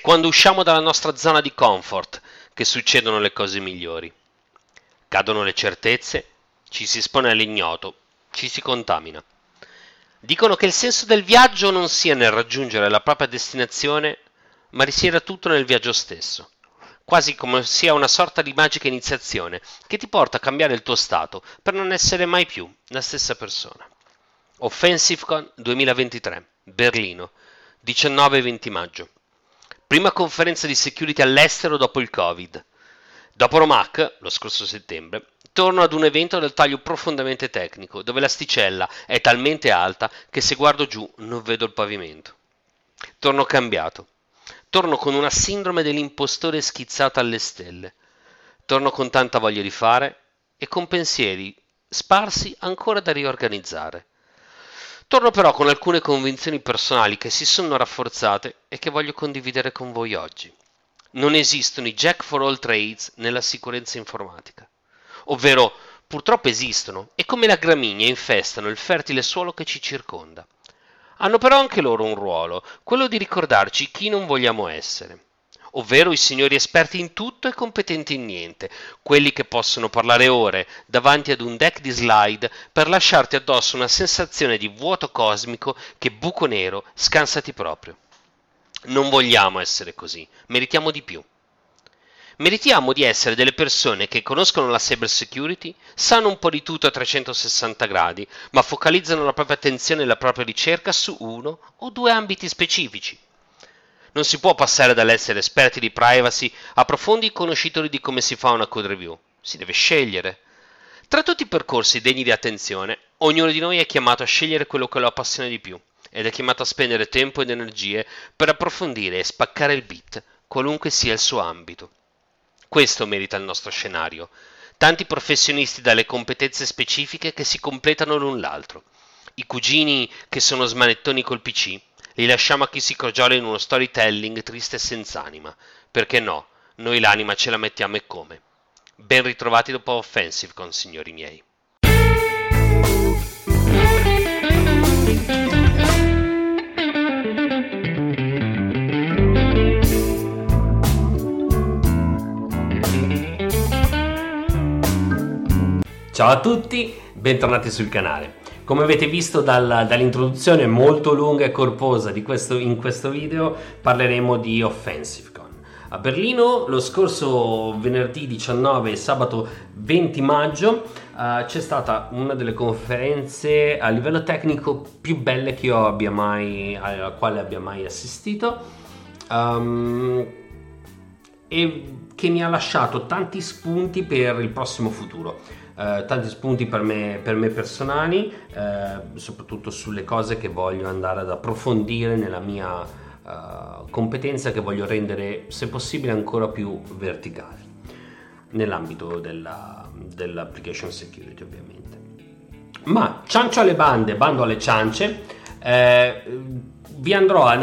quando usciamo dalla nostra zona di comfort che succedono le cose migliori. Cadono le certezze, ci si espone all'ignoto, ci si contamina. Dicono che il senso del viaggio non sia nel raggiungere la propria destinazione, ma risieda tutto nel viaggio stesso, quasi come sia una sorta di magica iniziazione che ti porta a cambiare il tuo stato per non essere mai più la stessa persona. OffensiveCon 2023, Berlino, 19 e 20 maggio. Prima conferenza di security all'estero dopo il Covid. Dopo Romac, lo scorso settembre, torno ad un evento dal taglio profondamente tecnico, dove l'asticella è talmente alta che se guardo giù non vedo il pavimento. Torno cambiato. Torno con una sindrome dell'impostore schizzata alle stelle. Torno con tanta voglia di fare e con pensieri sparsi ancora da riorganizzare. Torno però con alcune convinzioni personali che si sono rafforzate e che voglio condividere con voi oggi. Non esistono i jack for all trades nella sicurezza informatica. Ovvero, purtroppo esistono e come la gramigna infestano il fertile suolo che ci circonda. Hanno però anche loro un ruolo, quello di ricordarci chi non vogliamo essere. Ovvero i signori esperti in tutto e competenti in niente, quelli che possono parlare ore davanti ad un deck di slide per lasciarti addosso una sensazione di vuoto cosmico che buco nero scansati proprio. Non vogliamo essere così, meritiamo di più. Meritiamo di essere delle persone che conoscono la cyber security, sanno un po' di tutto a 360 gradi, ma focalizzano la propria attenzione e la propria ricerca su uno o due ambiti specifici. Non si può passare dall'essere esperti di privacy a profondi conoscitori di come si fa una code review. Si deve scegliere. Tra tutti i percorsi degni di attenzione, ognuno di noi è chiamato a scegliere quello che lo appassiona di più ed è chiamato a spendere tempo ed energie per approfondire e spaccare il bit, qualunque sia il suo ambito. Questo merita il nostro scenario. Tanti professionisti dalle competenze specifiche che si completano l'un l'altro. I cugini che sono smanettoni col PC, li lasciamo a chi si crogiola in uno storytelling triste e senz'anima. Perché no, noi l'anima ce la mettiamo e come. Ben ritrovati dopo OffensiveCon, signori miei. Ciao a tutti, bentornati sul canale. Come avete visto dall'introduzione molto lunga e corposa in questo video, parleremo di OffensiveCon. A Berlino lo scorso venerdì 19 e sabato 20 maggio c'è stata una delle conferenze a livello tecnico più belle che alla quale abbia mai assistito, e che mi ha lasciato tanti spunti per il prossimo futuro. Tanti spunti per me personali, soprattutto sulle cose che voglio andare ad approfondire nella mia competenza, che voglio rendere se possibile ancora più verticale nell'ambito dell'application security, ovviamente. Ma ciancio alle bande, bando alle ciance. Vi andrò a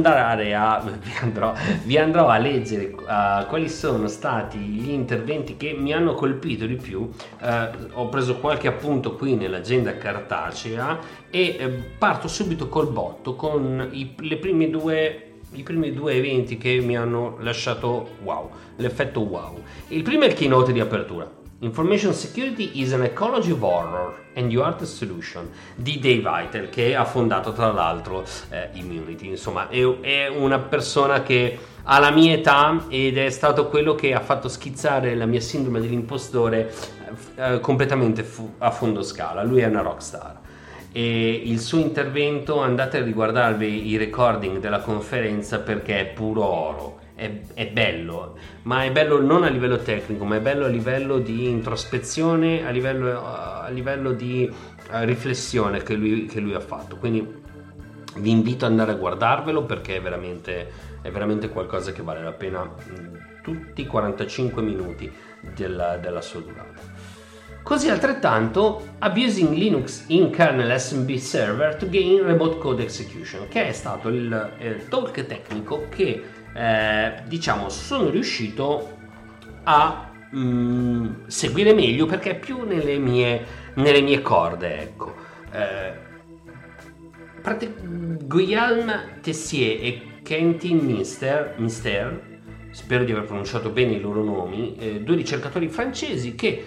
leggere quali sono stati gli interventi che mi hanno colpito di più. Ho preso qualche appunto qui nell'agenda cartacea e parto subito col botto con i primi due eventi che mi hanno lasciato wow, l'effetto wow. Il primo è il keynote di apertura. Information Security is an Ecology of Horror and You Are the Solution di Dave Aitel, che ha fondato tra l'altro Immunity. Insomma, è una persona che ha la mia età ed è stato quello che ha fatto schizzare la mia sindrome dell'impostore completamente a fondo scala. Lui è una rockstar. E il suo intervento, andate a riguardarvi i recording della conferenza perché è puro oro. È bello, ma è bello non a livello tecnico, ma è bello a livello di introspezione, a livello di riflessione che lui ha fatto. Quindi vi invito ad andare a guardarvelo perché è veramente qualcosa che vale la pena tutti i 45 minuti della sua durata. Così altrettanto Abusing Linux in Kernel SMB Server to Gain Remote Code Execution, che è stato il talk tecnico che sono riuscito a seguire meglio perché è più nelle mie corde, ecco. Guillaume Tessier e Quentin Mister, spero di aver pronunciato bene i loro nomi, due ricercatori francesi che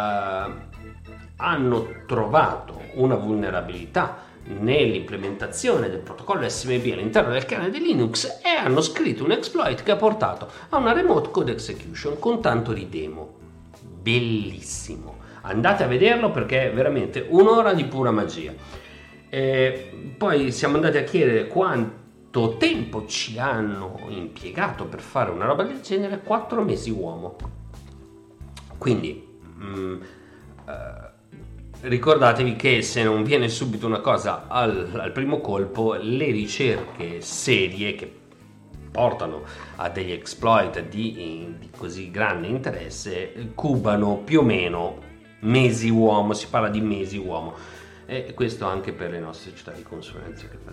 hanno trovato una vulnerabilità nell'implementazione del protocollo SMB all'interno del kernel di Linux e hanno scritto un exploit che ha portato a una remote code execution con tanto di demo. Bellissimo, andate a vederlo perché è veramente un'ora di pura magia. Poi siamo andati a chiedere quanto tempo ci hanno impiegato per fare una roba del genere. 4 mesi uomo. Quindi ricordatevi che se non viene subito una cosa al primo colpo, le ricerche serie che portano a degli exploit di così grande interesse cubano più o meno mesi uomo, si parla di mesi uomo, e questo anche per le nostre città di consulenza che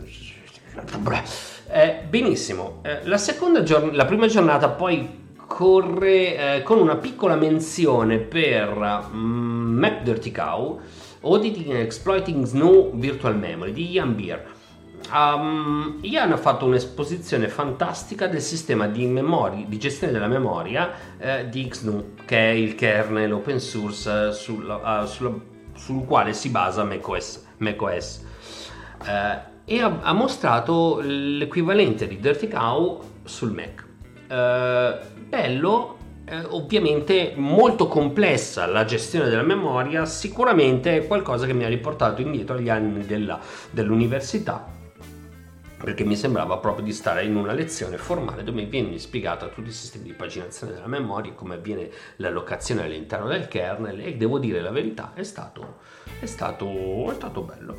benissimo. La prima giornata poi corre con una piccola menzione per Mac Dirty Cow, Auditing and Exploiting GNU Virtual Memory di Ian Beer. Ian ha fatto un'esposizione fantastica del sistema di gestione della memoria di GNU, che è il kernel open source sul quale si basa macOS. E ha mostrato l'equivalente di Dirty Cow sul Mac. Bello, ovviamente molto complessa la gestione della memoria, sicuramente è qualcosa che mi ha riportato indietro agli anni dell'università, perché mi sembrava proprio di stare in una lezione formale dove mi viene spiegata tutti i sistemi di paginazione della memoria, come avviene l'allocazione all'interno del kernel, e devo dire la verità, è stato bello.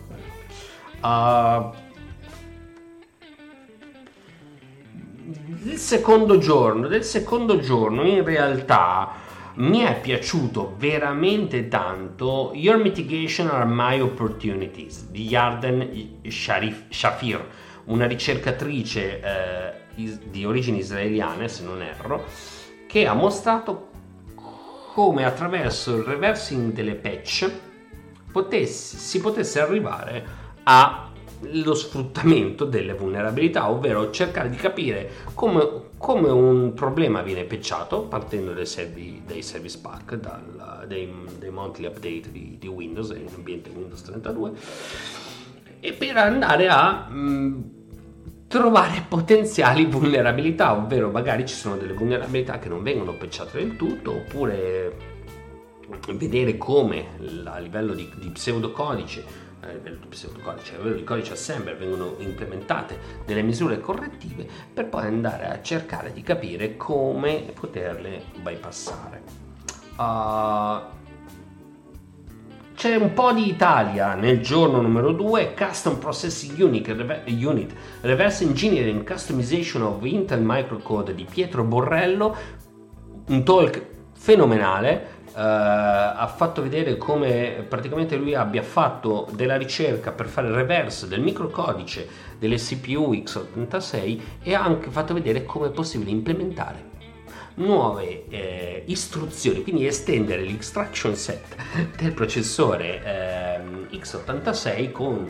Del secondo giorno in realtà mi è piaciuto veramente tanto Your Mitigation Are My Opportunities di Yarden Shafir, una ricercatrice di origini israeliane, se non erro, che ha mostrato come attraverso il reversing delle patch si potesse arrivare allo sfruttamento delle vulnerabilità, ovvero cercare di capire come un problema viene patchato partendo dai service pack, dei monthly update di Windows in ambiente Windows 32, e per andare a trovare potenziali vulnerabilità, ovvero magari ci sono delle vulnerabilità che non vengono patchate del tutto, oppure vedere come a livello di pseudocodice, a livello di codice assembler vengono implementate delle misure correttive per poi andare a cercare di capire come poterle bypassare. C'è un po' di Italia nel giorno numero 2, Custom Processing Unit, Reverse Engineering Customization of Intel Microcode di Pietro Borrello, un talk fenomenale. Ha fatto vedere come praticamente lui abbia fatto della ricerca per fare il reverse del microcodice delle CPU x86 e ha anche fatto vedere come è possibile implementare nuove istruzioni, quindi estendere l'extraction set del processore x86 con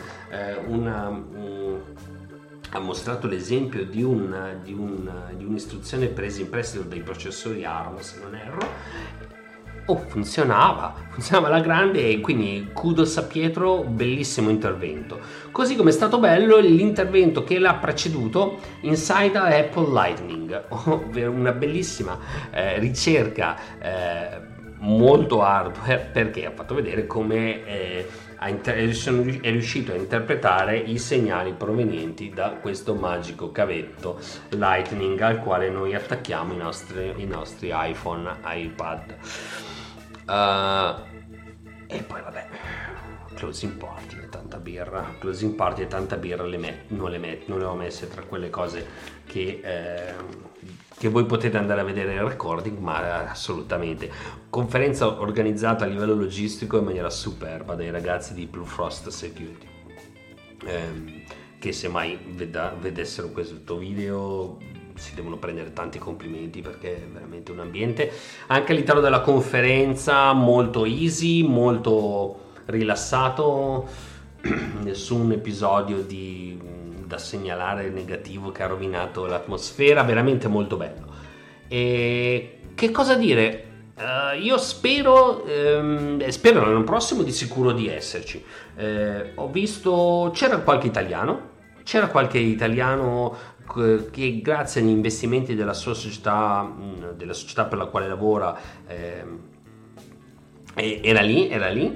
ha mostrato l'esempio di un'istruzione presa in prestito dai processori ARM, se non erro. Funzionava alla grande, e quindi kudos a Pietro, bellissimo intervento. Così come è stato bello l'intervento che l'ha preceduto Inside Apple Lightning, ovvero una bellissima ricerca molto hardware, perché ha fatto vedere come è riuscito a interpretare i segnali provenienti da questo magico cavetto Lightning al quale noi attacchiamo i nostri iPhone, iPad. E poi vabbè, closing party e tanta birra, non le ho messe tra quelle cose che voi potete andare a vedere nel recording, ma assolutamente conferenza organizzata a livello logistico in maniera superba dai ragazzi di Blue Frost Security, che se mai vedessero questo video si devono prendere tanti complimenti, perché è veramente un ambiente anche all'interno della conferenza molto easy, molto rilassato, nessun episodio di da segnalare negativo che ha rovinato l'atmosfera, veramente molto bello. E che cosa dire? Io spero l'anno prossimo di sicuro di esserci. Ho visto, c'era qualche italiano che grazie agli investimenti della sua società, della società per la quale lavora, era lì.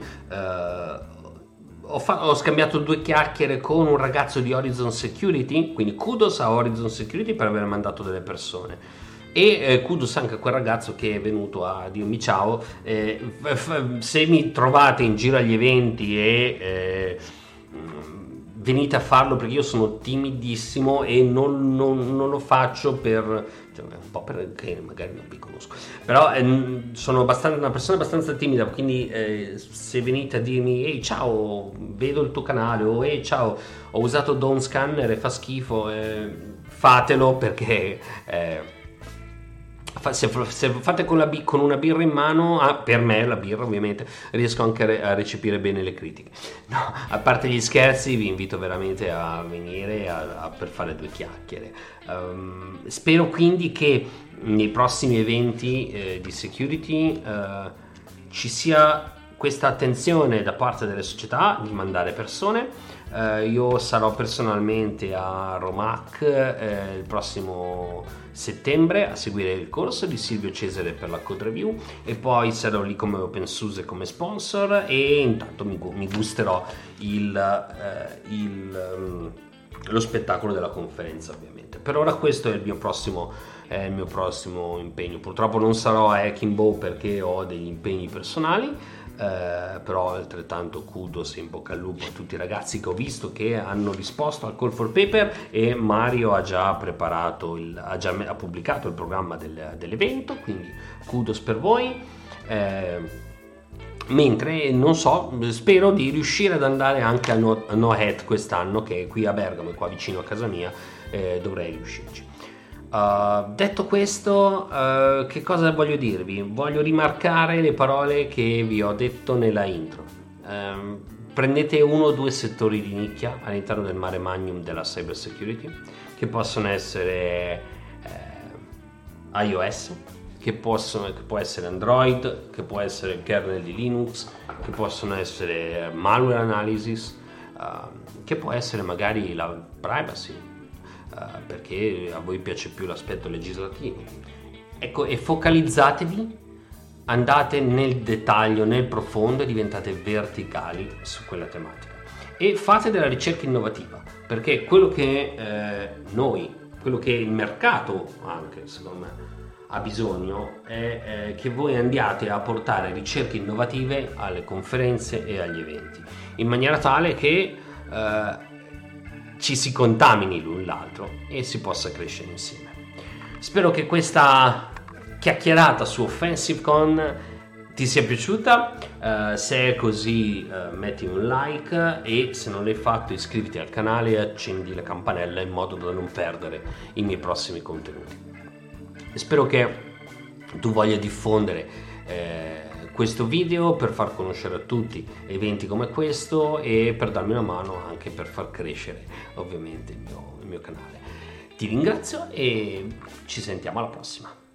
Ho scambiato 2 chiacchiere con un ragazzo di Horizon Security, quindi kudos a Horizon Security per aver mandato delle persone. E kudos anche a quel ragazzo che è venuto a dirmi ciao. Se mi trovate in giro agli eventi venite a farlo, perché io sono timidissimo e non lo faccio un po' perché magari non vi conosco, però sono una persona abbastanza timida, quindi se venite a dirmi ehi ciao, vedo il tuo canale, o ehi ciao, ho usato Dawn Scanner e fa schifo, fatelo, perché se fate con una birra in mano, per me la birra ovviamente, riesco anche a recepire bene le critiche. No, a parte gli scherzi, vi invito veramente a venire per fare 2 chiacchiere. Spero quindi che nei prossimi eventi di security ci sia questa attenzione da parte delle società di mandare persone. Io sarò personalmente a Romac il prossimo settembre a seguire il corso di Silvio Cesare per la Code Review, e poi sarò lì come OpenSUSE come sponsor, e intanto mi gusterò lo spettacolo della conferenza, ovviamente. Per ora questo è il mio prossimo impegno. Purtroppo non sarò a Hacking Bow perché ho degli impegni personali, però altrettanto kudos e in bocca al lupo a tutti i ragazzi che ho visto che hanno risposto al call for paper, e Mario ha già preparato ha pubblicato il programma dell'evento, quindi kudos per voi. Mentre non so, spero di riuscire ad andare anche a No Hat quest'anno, che è qui a Bergamo, qua vicino a casa mia, dovrei riuscirci. Detto questo, che cosa voglio dirvi? Voglio rimarcare le parole che vi ho detto nella intro. Prendete 1 o 2 settori di nicchia all'interno del mare magnum della cyber security, che possono essere iOS, che può essere Android, che può essere il kernel di Linux, che possono essere malware analysis, che può essere magari la privacy, perché a voi piace più l'aspetto legislativo. Ecco, e focalizzatevi, andate nel dettaglio, nel profondo, e diventate verticali su quella tematica, e fate della ricerca innovativa, perché quello che quello che il mercato anche secondo me ha bisogno è che voi andiate a portare ricerche innovative alle conferenze e agli eventi, in maniera tale che ci si contamini l'un l'altro e si possa crescere insieme. Spero che questa chiacchierata su OffensiveCon ti sia piaciuta. Se è così, metti un like, e se non l'hai fatto iscriviti al canale e accendi la campanella in modo da non perdere i miei prossimi contenuti. E spero che tu voglia diffondere questo video per far conoscere a tutti eventi come questo, e per darmi una mano anche per far crescere ovviamente il mio canale. Ti ringrazio e ci sentiamo alla prossima.